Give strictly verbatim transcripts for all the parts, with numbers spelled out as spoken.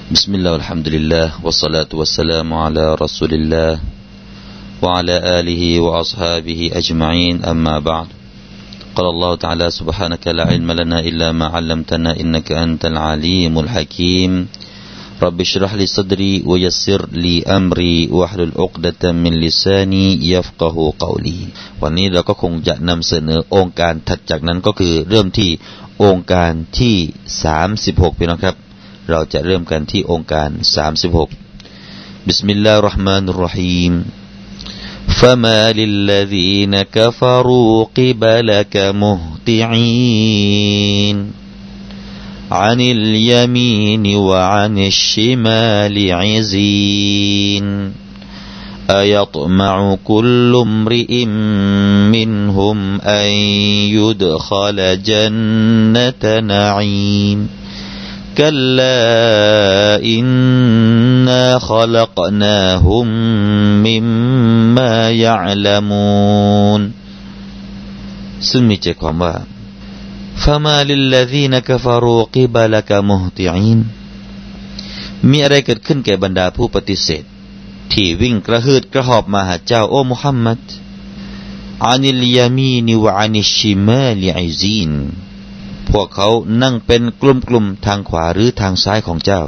بسم الله والحمد لله والصلاة والسلام على رسول الله وعلى آله وأصحابه أجمعين أما بعد قال الله تعالى سبحانك لا علم لنا إلا ما علمتنا إنك أنت العليم الحكيم رب اشرح لي صدري ويسر لي أمري واحلل عقدة من لساني يفقه قولي วันนี้เราก็คงจะนำเสนอองค์การถัดจากนั้นก็คือเริ่มที่องค์การที่สามสิบหกพี่น้องครับเราจะเริ่มกันที่องค์การสามสิบหกบิสมิลลาฮิรเราะห์มานิรเราะฮีม فما للذين كفروا قبلك مهطعين عن اليمين وعن الشمال عزين أيطمع كل امرئ منهم أن يدخل جنة نعيم كلا إنا خلقناهم مما يعلمون ซึ่งมีใจความว่า فما للذين كفروا قبلك مهطعين มีอะไรเกิดขึ้นแก่บรรดาผู้ปฏิเสธที่วิ่งกระหืดกระหอบมาหาเจ้าโอ้มุฮัมมัดอานิลยามีนวะอานิชชิมาลิอิซีนพวกเขานั่งเป็นกลุ่มๆทางขวาหรือทางซ้ายของเจ้า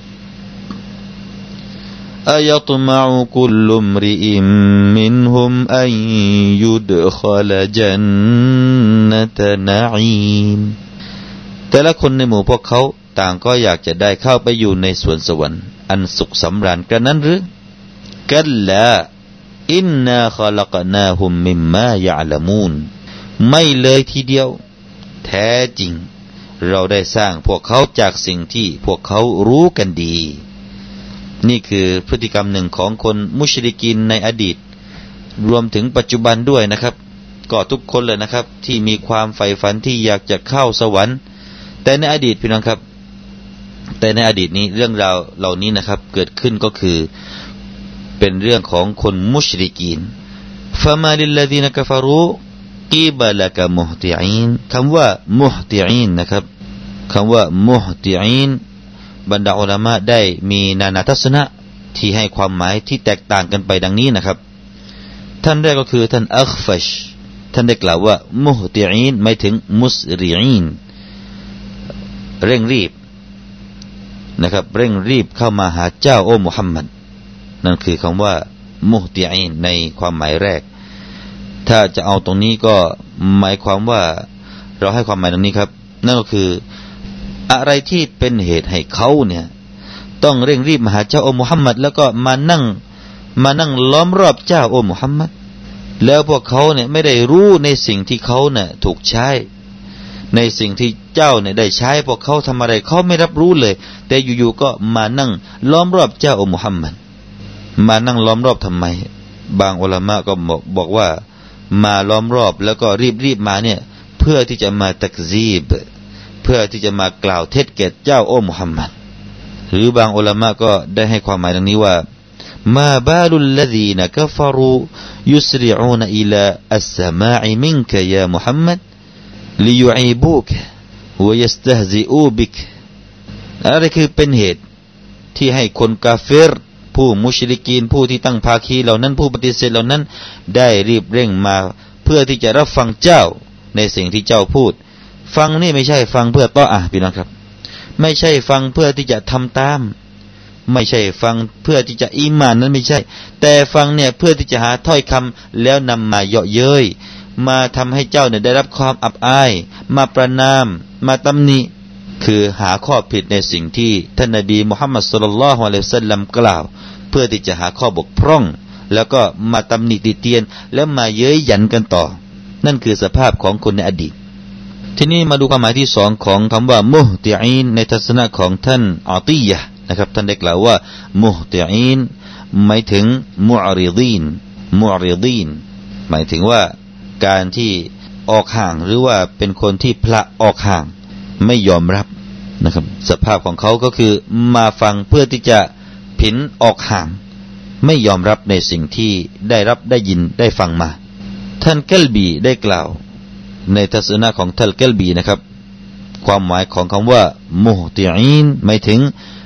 อายะตมะอุกุลลุมริอิมมินฮุมอันยุดขลจันนตะนะอีมแต่ละคนในหมู่พวกเขาต่างก็อยากจะได้เข้าไปอยู่ในสวนสวรรค์อันสุขสำราญกระนั้นหรือกัลลาอินนาขลักนาฮุมมิมมายะละมูนไม่เลยทีเดียวแท้จริงเราได้สร้างพวกเขาจากสิ่งที่พวกเขารู้กันดีนี่คือพฤติกรรมหนึ่งของคนมุชริกีนในอดีตรวมถึงปัจจุบันด้วยนะครับก็ทุกคนเลยนะครับที่มีความใฝ่ฝันที่อยากจะเข้าสวรรค์แต่ในอดีตพี่น้องครับแต่ในอดีตนี้เรื่องราวเหล่านี้นะครับเกิดขึ้นก็คือเป็นเรื่องของคนมุชริกีนฟะมาลิลลซีนกะฟะรูกีบะละกะมุฮติอีนคำว่ามุฮติอีนนะครับคำว่ามุฮติอีนบรรดาอุลามะได้มีนานาทัศนะที่ให้ความหมายที่แตกต่างกันไปดังนี้นะครับท่านแรกก็คือท่านอัคฟัชท่านได้กล่าวว่ามุฮติอีนหมายถึงมุสริอีนเร่งรีบนะครับเร่งรีบเข้ามาหาเจ้าโอ้มุฮัมมัดนั่นคือคำว่ามุฮติอีนในความหมายแรกถ้าจะเอาตรงนี้ก็หมายความว่าเราให้ความหมายตรงนี้ครับนั่นก็คืออะไรที่เป็นเหตุให้เขาเนี่ยต้องเร่งรีบมาหาเจ้าโอ้มุฮัมมัดแล้วก็มานั่งมานั่งล้อมรอบเจ้าโอ้มุฮัมมัดแล้วพวกเขาเนี่ยไม่ได้รู้ในสิ่งที่เขาเนี่ยถูกใช้ในสิ่งที่เจ้าเนี่ยได้ใช้พวกเขาทำอะไรเขาไม่รับรู้เลยแต่อยู่ๆก็มานั่งล้อมรอบเจ้าโอ้มุฮัมมัดมานั่งล้อมรอบทำไมบางอุลามะก็บอกบอกว่ามาล้อมรอบแล้วก็รีบๆมาเนี่ยเพื่อที่จะมาตักซีบเพื่อที่จะมากล่าวเท็จแก่เจ้าโอ้มุฮัมมัดหรือบางอุลามะก็ได้ให้ความหมายดังนี้ว่ามาบาลุลลซีนกัฟรูยุสริอูนอิลาอัสสมาอิมินกะยามุฮัมมัดลิยุอีบูกวะยัสตะฮซิอูบิกอะไรคือเป็นเหตุที่ให้คนกาเฟรผู้มุชริกีนผู้ที่ตั้งภาคีเหล่านั้นผู้ปฏิเสธเหล่านั้นได้รีบเร่งมาเพื่อที่จะรับฟังเจ้าในสิ่งที่เจ้าพูดฟังนี่ไม่ใช่ฟังเพื่อต้ออะห์พี่น้องครับไม่ใช่ฟังเพื่อที่จะทำตามไม่ใช่ฟังเพื่อที่จะอีหม่านนั้นไม่ใช่แต่ฟังเนี่ยเพื่อที่จะหาถ้อยคำแล้วนำมาเยาะเย้ยมาทำให้เจ้าเนี่ยได้รับความอับอายมาประณามมาตำหนิคือหาข้อผิดในสิ่งที่ท่านนบีมุฮัมมัดศ็อลลัลลอฮุอะลัยฮิวะซัลลัมกล่าวเพื่อที่จะหาข้อบกพร่องแล้วก็มาตำหนิติเตียนแล้วมาเย้ยหยันกันต่อนั่นคือสภาพของคนในอดีตทีนี้มาดูความหมายที่สองของคำว่ามุฮติอีนในทัศนะของท่านอาตียะห์นะครับท่านได้กล่าวว่ามุฮติอีนหมายถึงมุอริดีนมุอริดีนหมายถึงว่าการที่ออกห่างหรือว่าเป็นคนที่พละออกห่างไม่ยอมรับนะครับสภาพของเขาก็คือมาฟังเพื่อที่จะผินออกห่างไม่ยอมรับในสิ่งที่ได้รับได้ยินได้ฟังมาท่านกัลบีได้กล่าวในทัศนะของท่านกัลบีนะครับความหมายของคำว่ามุฮติอีนหมายถึง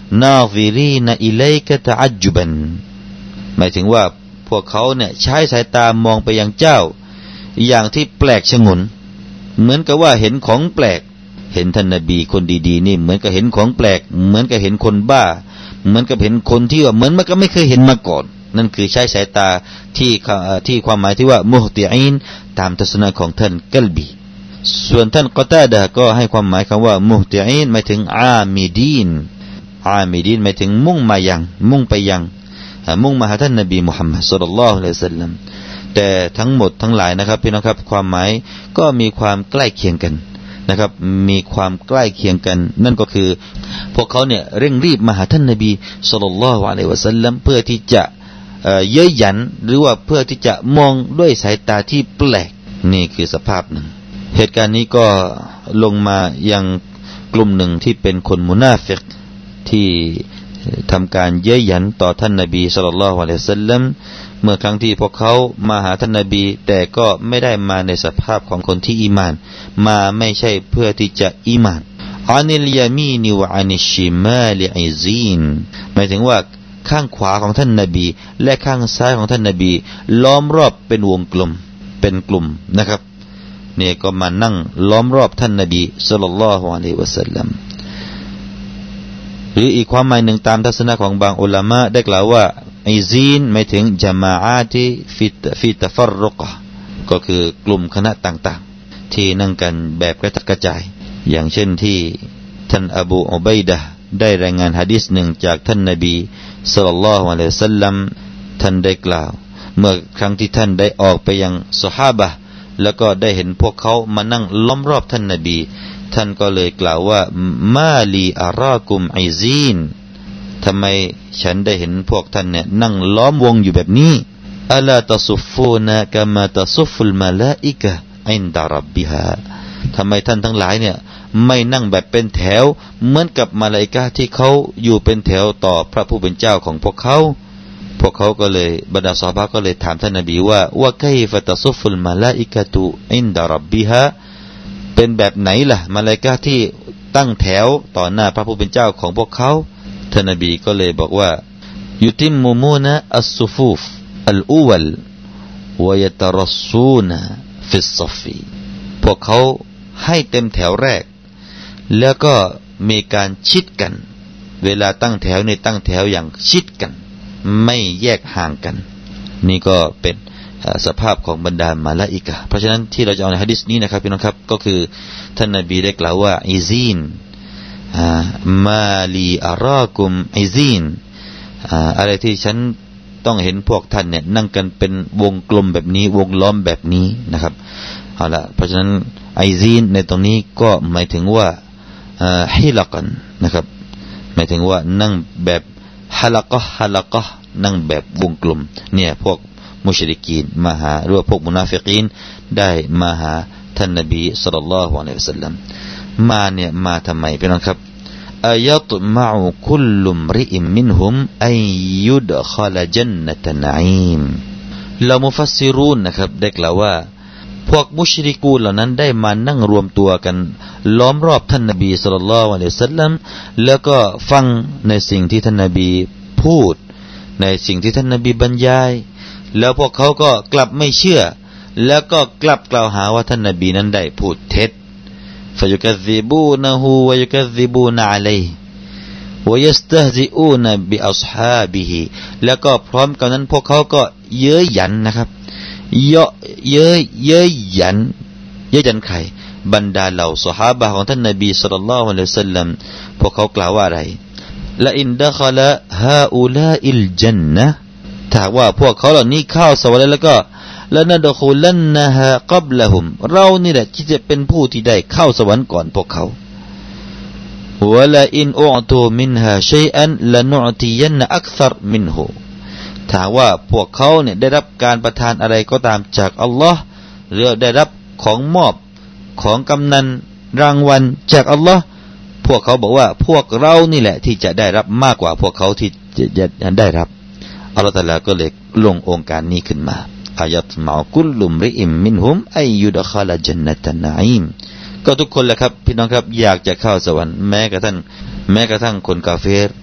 นาซิรีนอิลัยกะตะอัจจุบันหมายถึงว่าพวกเขาเนี่ยใช้สายตามองไปยังเจ้าอย่างที่แปลกฉงนเหมือนกับว่าเห็นของแปลกเห็นท่านนบีคนดีๆนี่เหมือนกับเห็นของแปลกเหมือนกับเห็นคนบ้าเหมือนกับเห็นคนที่ว่าเหมือนมันก็ไม่เคยเห็นมาก่อนนั่นคือใช้สายตาที่ที่ความหมายที่ว่ามุฮติอีนตามทัศนะของท่านกัลบีส่วนท่านกอตาดะก็ให้ความหมายคำว่ามุฮติอีนหมายถึงอามิดีนอามิดีนหมายถึงมุ่งมายังมุ่งไปยังมุ่งมาหาท่านนบีมุฮัมมัดศ็อลลัลลอฮุอะลัยฮิวะซัลลัมแต่ทั้งหมดทั้งหลายนะครับพี่น้องครับความหมายก็มีความใกล้เคียงกันนะครับมีความใกล้เคียงกันนั่นก็คือพวกเขาเนี่ยเร่งรีบมาหาท่านนบีศ็อลลัลลอฮุอะลัยฮิวะซัลลัมเพื่อที่จะเอ่อเย้ยหยันหรือว่าเพื่อที่จะมองด้วยสายตาที่แปลกนี่คือสภาพหนึ่งเหตุการณ์นี้ก็ลงมายังกลุ่มหนึ่งที่เป็นคนมุนาฟิกที่ทำการเย้ยหยันต่อท่านนบีศ็อลลัลลอฮุอะลัยฮิวะซัลลัมเมื่อครั้งที่พวกเขามาหาท่านนบีแต่ก็ไม่ได้มาในสภาพของคนที่อีหม่านมาไม่ใช่เพื่อที่จะอีหม่านอานิลยามีนิวะอานิชิมาลิอิซีนหมายถึงว่าข้างขวาของท่านนบีและข้างซ้ายของท่านนบีล้อมรอบเป็นวงกลมเป็นกลุ่มนะครับเนี่ยก็มานั่งล้อมรอบท่านนบีศ็อลลัลลอฮุอะลัยฮิวะซัลลัมหรืออีกความหมายหนึ่งตามทัศนะของบางอุลามะได้กล่าวว่าอิซีนหมายถึงญะมาอะติฟิฟิตะฟัรรุกะก็คือกลุ่มคณะต่างๆที่นั่งกันแบบกระจัดกระจายอย่างเช่นที่ท่านอบูอุบัยดะห์ได้รายงานหะดีษหนึ่งจากท่านนบีศ็อลลัลลอฮุอะลัยฮิวะซัลลัมท่านได้กล่าวเมื่อครั้งที่ท่านได้ออกไปยังซอฮาบะห์แล้วก็ได้เห็นพวกเขามานั่งล้อมรอบท่านนบีท่านก็เลยกล่าวว่ามาลีอารากุมอิซีนทำไมฉันได้เห็นพวกท่านเนี่ยนั่งล้อมวงอยู่แบบนี้อะลาตะซุฟฟูนะกะมาตะซุฟุลมะลาอิกะฮ์อินดะร็อบบิฮาทำไมท่านทั้งหลายเนี่ยไม่นั่งแบบเป็นแถวเหมือนกับมลาอิกะฮ์ที่เขาอยู่เป็นแถวต่อพระผู้เป็นเจ้าของพวกเขาพวกเขาก็เลยบรรดาซอฮาบะห์ก็เลยถามท่านนบีว่าวะไกฟะตะซุฟุลมะลาอิกะตุอินดะร็อบบิฮาเป็นแบบไหนล่ะมลาอิกะฮ์ที่ตั้งแถวต่อหน้าพระผู้เป็นเจ้าของพวกเขาท่านนบีก็เลยบอกว่ายุติมมุมูนะอัสซุฟูฟอัลอูวัลวะยะตะรัสซูนะฟิศศฟีพวกเขาให้เต็มแถวแรกแล้วก็มีการชิดกันเวลาตั้งแถวในตั้งแถวอย่างชิดกันไม่แยกห่างกันนี่ก็เป็นสภาพของบรรดามลาอิกะฮ์เพราะฉะนั้นที่เราจะเอาในหะดีษนี้นะครับพี่น้องครับก็คือท่านนบีได้กล่าวว่าอิซีนมาลีอารากุมอิซีนอะไรที่ฉันต้องเห็นพวกท่านเนี่ยนั่งกันเป็นวงกลมแบบนี้วงล้อมแบบนี้นะครับเอาละเพราะฉะนั้นไอซีนในตรงนี้ก็หมายถึงว่าฮิลักันนะครับหมายถึงว่านั่งแบบฮะละกะฮะละกะนั่งแบบวงกลมเนี่ยพวกมุชริกีนมาหาหรือว่าพวกมุนาฟิกีนได้มาหาท่านนบีศ็อลลัลลอฮุอะลัยฮิวะซัลลัมมาเนี่ยมาทำไมพี่น้องครับอายะตมะอุคุลลุมริอิมมินฮุมอัยยุดคอลจันนะตะนะอีมเรามุฟัสซิรูนนะครับได้กล่าวว่าพวกมุชริกูนเหล่านั้นได้มานั่งรวมตัวกันล้อมรอบท่านนบีศ็อลลัลลอฮุอะลัยฮิวะซัลลัมแล้วก็ฟังในสิ่งที่ท่านนบีพูดในสิ่งที่ท่านนบีบรรยายแล้วพวกเขาก็กลับไม่เชื่อแล้วก็กลับกล่าวหาว่าท่านนบีนั้นได้พูดเท็จفيكذبونه ويكذبون عليه ويستهزئون بأصحابه แล้วก็พร้อมกันนั้นพวกเขาก็เย้ยหยันนะครับเยาะเย้ยเย้ยหยันเย้ยหยันใครบรรดาเหล่าซอฮาบะห์ของท่านนบีศ็อลลัลลอฮุอะลัยฮิวะซัลลัมพวกเขากล่าวว่าอะไรละอินดะคอละฮาอูลาอิลญันนะห์ถ้าว่าพวกเขาเหล่านี้เข้าสวรรค์แล้วก็ละนัดคุลันนะฮะกับละหุมเรานี่แหละที่จะเป็นผู้ที่ได้เข้าสวรรค์ก่อนพวกเขาวะลาอินอุอตูมินฮาชัยอันละนุอติยันอักษัรมินฮูถ้าว่าพวกเขาเนี่ยได้รับการประทานอะไรก็ตามจากอัลลอฮ์หรือได้รับของมอบของกำนันรางวัลจากอัลลอฮ์พวกเขาบอกว่าพวกเรานี่แหละที่จะได้รับมากกว่าพวกเขาที่จะได้รับอัลลอฮ์ตะอาลาก็เลยลงองค์การนี้ขึ้นมาอายะตมะกุลลุมริอิมมินฮุมอัยยุดคอลจันนะตะนะอีมก็ทุกคนแหละครับพี่น้องครับอยากจะเข้าสวรรค์แม้กระทั่งแม้กระทั่งคนกาเฟร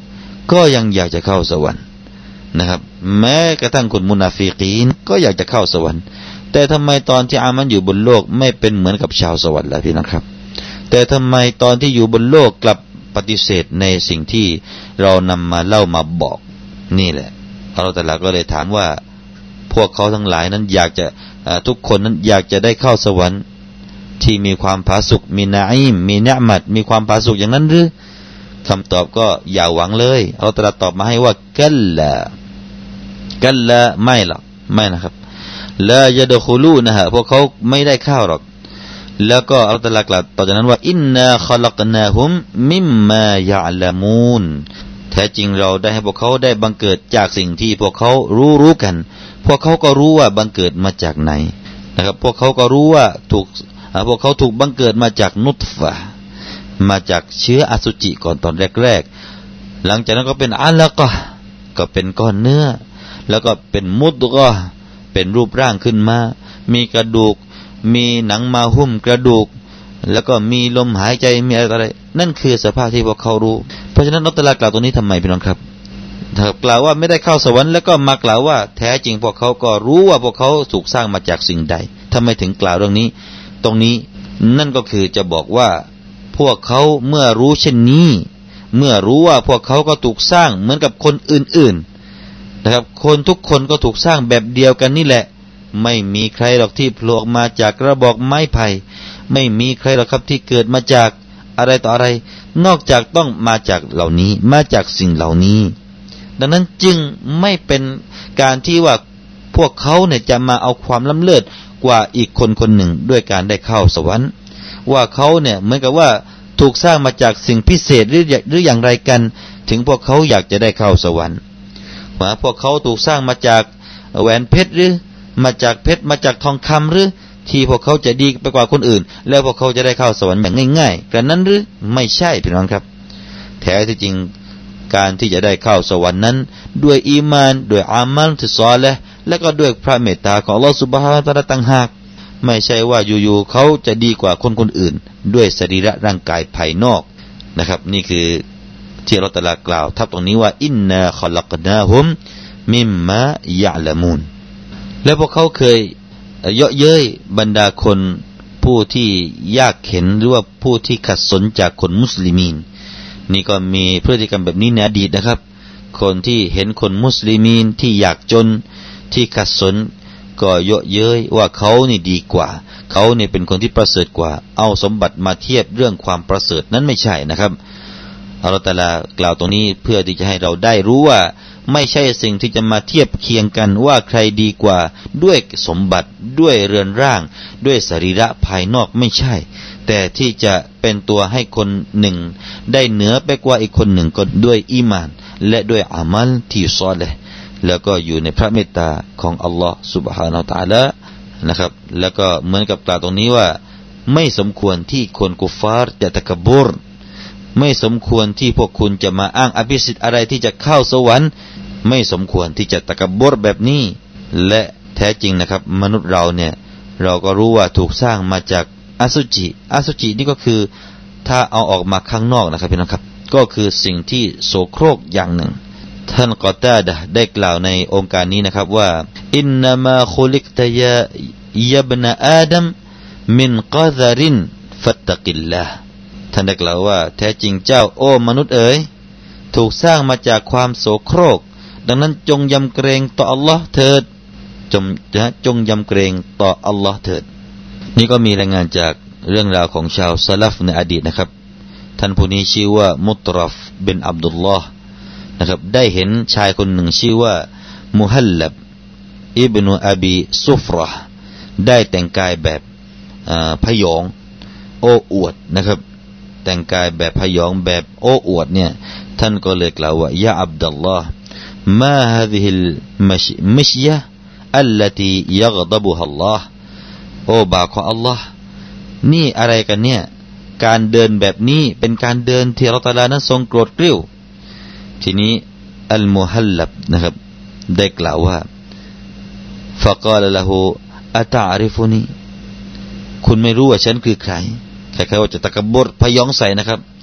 ก็ยังอยากจะเข้าสวรรค์นะครับแม้กระทั่งคนมุนาฟิกีนก็อยากจะเข้าสวรรค์แต่ทำไมตอนที่อามันอยู่บนโลกไม่เป็นเหมือนกับชาวสวรรค์ล่ะพี่นะครับแต่ทำไมตอนที่อยู่บนโลกกลับปฏิเสธในสิ่งที่เรานำมาเล่ามาบอกนี่แหละอัลเลาะห์ตะอาลาก็เลยถามว่าพวกเขาทั้งหลายนั้นอยากจะทุกคนนั้นอยากจะได้เข้าสวรรค์ที่มีความผาสุกมีนาอิมมีเนือมัตมีความผาสุกอย่างนั้นหรือคำตอบก็อย่าหวังเลยอัลเลาะห์ตะอาลาตอบมาให้ว่ากัลลากัลลาไม่หรอกไม่นะครับลายะดคุลูนะฮะพวกเขาไม่ได้เข้าหรอกแล้วก็อัลเลาะห์ตะอาลากล่าวต่อจากนั้นว่าอินนาคอลักนาฮุมมิมมายะอ์ละมูนแท้จริงเราได้ให้พวกเขาได้บังเกิดจากสิ่งที่พวกเขารู้รู้กันพวกเขาก็รู้ว่าบังเกิดมาจากไหนนะครับพวกเขาก็รู้ว่าถูกพวกเขาถูกบังเกิดมาจากนุตฟะห์มาจากเชื้ออสุจิก่อนตอนแรกๆหลังจากนั้นก็เป็นอะละกะห์ก็เป็นก้อนเนื้อแล้วก็เป็นมุดกะห์เป็นรูปร่างขึ้นมามีกระดูกมีหนังมาหุ้มกระดูกแล้วก็มีลมหายใจมีอะไรนั่นคือสภาพที่พวกเขารู้เพราะฉะนั้นอัลเลาะห์ตะอาลากล่าวตรงนี้ทำไมพี่น้องครับถ้ากล่าวว่าไม่ได้เข้าสวรรค์แล้วก็มากล่าวว่าแท้จริงพวกเขาก็รู้ว่าพวกเขาถูกสร้างมาจากสิ่งใดทำไมถึงกล่าวเรื่องนี้ตรงนี้นั่นก็คือจะบอกว่าพวกเขาเมื่อรู้เช่นนี้เมื่อรู้ว่าพวกเขาก็ถูกสร้างเหมือนกับคนอื่นๆนะครับคนทุกคนก็ถูกสร้างแบบเดียวกันนี่แหละไม่มีใครหรอกที่โผล่ออกมาจากกระบอกไม้ไผ่ไม่มีใครหรอกครับที่เกิดมาจากอะไรต่ออะไรนอกจากต้องมาจากเหล่านี้มาจากสิ่งเหล่านี้ดังนั้นจึงไม่เป็นการที่ว่าพวกเขาเนี่ยจะมาเอาความล้ำเลิศกว่าอีกคนคนหนึ่งด้วยการได้เข้าสวรรค์ว่าเขาเนี่ยเหมือนกับว่าถูกสร้างมาจากสิ่งพิเศษหรือหรืออย่างไรกันถึงพวกเขาอยากจะได้เข้าสวรรค์ว่าพวกเขาถูกสร้างมาจากแหวนเพชรหรือมาจากเพชรมาจากทองคำหรือที่พวกเขาจะดีไปกว่าคนอื่นแล้วพวกเขาจะได้เข้าสวรรค์อย่างง่ายๆกันนั้นหรือไม่ใช่พี่น้องครับแท้ที่จริงการที่จะได้เข้าสวรรค์นั้นด้วยอีมานด้วยอามัลที่ซอลิห์และก็ด้วยพระเมตตาของอัลเลาะห์ซุบฮานะฮูวะตะอาลาต่างหากไม่ใช่ว่าอยู่ๆเขาจะดีกว่าคนคนอื่นด้วยสรีระร่างกายภายนอกนะครับนี่คือที่อัลเลาะห์ตะอาลากล่าวทับตรงนี้ว่าอินนาคอลักนาฮุมมิมมายะละมูนและพวกเขาเคยเยาะเย้ยบรรดาคนผู้ที่ยากเข็นหรือว่าผู้ที่ขัดสนจากคนมุสลิมีนนี่ก็มีพฤติกรรมแบบนี้ในอดีตนะครับคนที่เห็นคนมุสลิมีนที่ยากจนที่ขัดสนก็เยาะเย้ยว่าเขานี่ดีกว่าเขานี่เป็นคนที่ประเสริฐกว่าเอาสมบัติมาเทียบเรื่องความประเสริฐนั้นไม่ใช่นะครับอัลเลาะห์ตะอาลากล่าวตรงนี้เพื่อที่จะให้เราได้รู้ว่าไม่ใช่สิ่งที่จะมาเทียบเคียงกันว่าใครดีกว่าด้วยสมบัติด้วยเรือนร่างด้วยสรีระภายนอกไม่ใช่แต่ที่จะเป็นตัวให้คนหนึ่งได้เหนือไปกว่าอีกคนหนึ่งก็ด้วยอีหม่านและด้วยอามัลที่ซอลิห์แล้วก็อยู่ในพระเมตตาของอัลลอฮ์ سبحانه และ تعالى นะครับแล้วก็เหมือนกับกล่าวตรงนี้ว่าไม่สมควรที่คนกุฟาร์จะตะกะบุรไม่สมควรที่พวกคุณจะมาอ้างอภิสิทธิ์อะไรที่จะเข้าสวรรค์ไม่สมควรที่จะตะกะบุรแบบนี้และแท้จริงนะครับมนุษย์เราเนี่ยเราก็รู้ว่าถูกสร้างมาจากอสุจิอสุจินี่ก็คือถ้าเอาออกมาข้างนอกนะครับพี่น้องครับก็คือสิ่งที่โสโครกอย่างหนึ่งท่านกอตาดะห์ได้กล่าวในองค์การนี้นะครับว่าอินนามาคุลิกตะยายับนะอาดัมมินกอซารินฟัตตะกิลลาห์ท่านได้กล่าวว่าแท้จริงเจ้าโอ้มนุษย์เอ๋ยถูกสร้างมาจากความโสโครกดังนั้นจงยำเกรงต่ออัลลอฮ์เถิดจงจงยำเกรงต่ออัลลอฮ์เถิดนี่ก็มีรายงานจากเรื่องราวของชาวซะลัฟในอดีตนะครับท่านผู้นี้ชื่อว่ามุตรัฟบินอับดุลลอฮ์นะครับได้เห็นชายคนหนึ่งชื่อว่ามุฮัลลับอิบนุอบีซุฟเราะห์ได้แต่งกายแบบพยองโอ้อวดนะครับแต่งกายแบบพยองแบบโอ้อวดเนี่ยท่านก็เลยกล่าวว่ายาอับดุลลอฮ์มาฮาซิฮิลมิชยะอัลลัตียัฆฎบุฮัลลอฮ์โอ้บ่าวของอัลลอฮ์นี่อะไรกันเนี่ยการเดินแบบนี้เป็นการเดินที่อัลเลาะห์ตะอาลานั้นทรงโกรธกริ้วทีนี้อัลมุฮัลลับนะครับได้กล่าวว่าฟะกาลละฮูอะตะอริฟุนีคุณไม่รู้ว่าฉันคือใครใครๆว่าจะตะกะบุรพยองใส่นะครับพ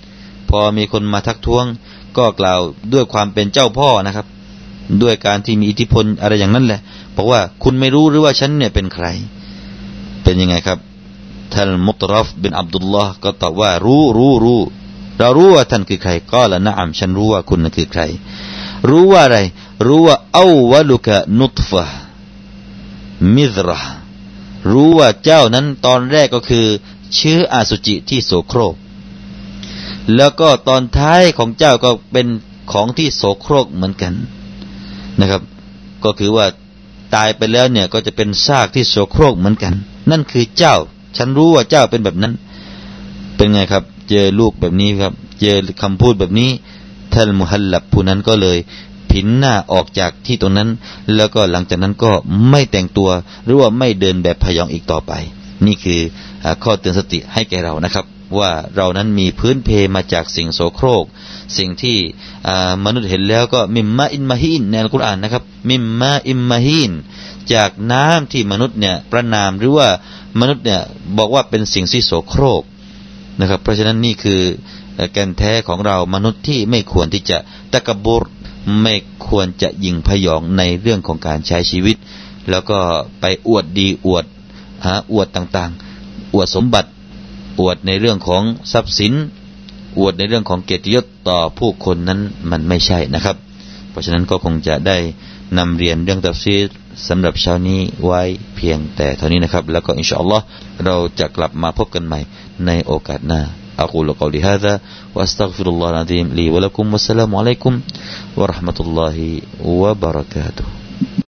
พอมีคนมาทักท้วงก็กล่าวด้วยความเป็นเจ้าพ่อนะครับด้วยการที่มีอิทธิพลอะไรอย่างนั้นแหละบอกว่าคุณไม่รู้หรือว่าฉันเนี่ยเป็นใครเป็นยังไงครับท่านมุตรัฟบินอับดุลลอฮ์ก็ตอบว่ารู้รู้รู้เรารู้ว่าท่านคือใครก็ละนะอัมฉันรู้ว่าคุณนั้นคือใครรู้ว่าอะไรรู้ว่าอาวลุกะนุตฟะมิซรารู้ว่าเจ้านั้นตอนแรกก็คือเชื้ออสุจิที่โสโครกแล้วก็ตอนท้ายของเจ้าก็เป็นของที่โสโครกเหมือนกันนะครับก็คือว่าตายไปแล้วเนี่ยก็จะเป็นซากที่โสโครกเหมือนกันนั่นคือเจ้าฉันรู้ว่าเจ้าเป็นแบบนั้นเป็นไงครับเจอลูกแบบนี้ครับเจอคำพูดแบบนี้ท่านมุฮัลลับผู้นั้นก็เลยผินหน้าออกจากที่ตรงนั้นแล้วก็หลังจากนั้นก็ไม่แต่งตัวหรือว่าไม่เดินแบบพยองอีกต่อไปนี่คือข้อเตือนสติให้แก่เรานะครับว่าเรานั้นมีพื้นเพมาจากสิ่งโสโครกสิ่งที่มนุษย์เห็นแล้วก็มิมมาอินมาฮีนในอัลกุรอานนะครับมิมมาอิมมาฮีนจากน้ำที่มนุษย์เนี่ยประนามหรือว่ามนุษย์เนี่ยบอกว่าเป็นสิ่งที่โสโครกนะครับเพราะฉะนั้นนี่คือแก่นแท้ของเรามนุษย์ที่ไม่ควรที่จะตะกบุรไม่ควรจะยิงพยองในเรื่องของการใช้ชีวิตแล้วก็ไปอวดดีอวดหาอวดต่างๆอวดสมบัติอวดในเรื่องของทรัพย์สินอวดในเรื่องของเกียรติยศต่อผู้คนนั้นมันไม่ใช่นะครับเพราะฉะนั้นก็คงจะได้นำเรียนเรื่องตัฟซีรสำหรับเช้านี้ไว้เพียงแต่เท่านี้นะครับแล้วก็อินชาอัลลอฮ์เราจะกลับมาพบกันใหม่ในโอกาสหน้าأقول قولي هذا وأستغفر الله العظيم لي ولكم والسلام عليكم ورحمة الله وبركاته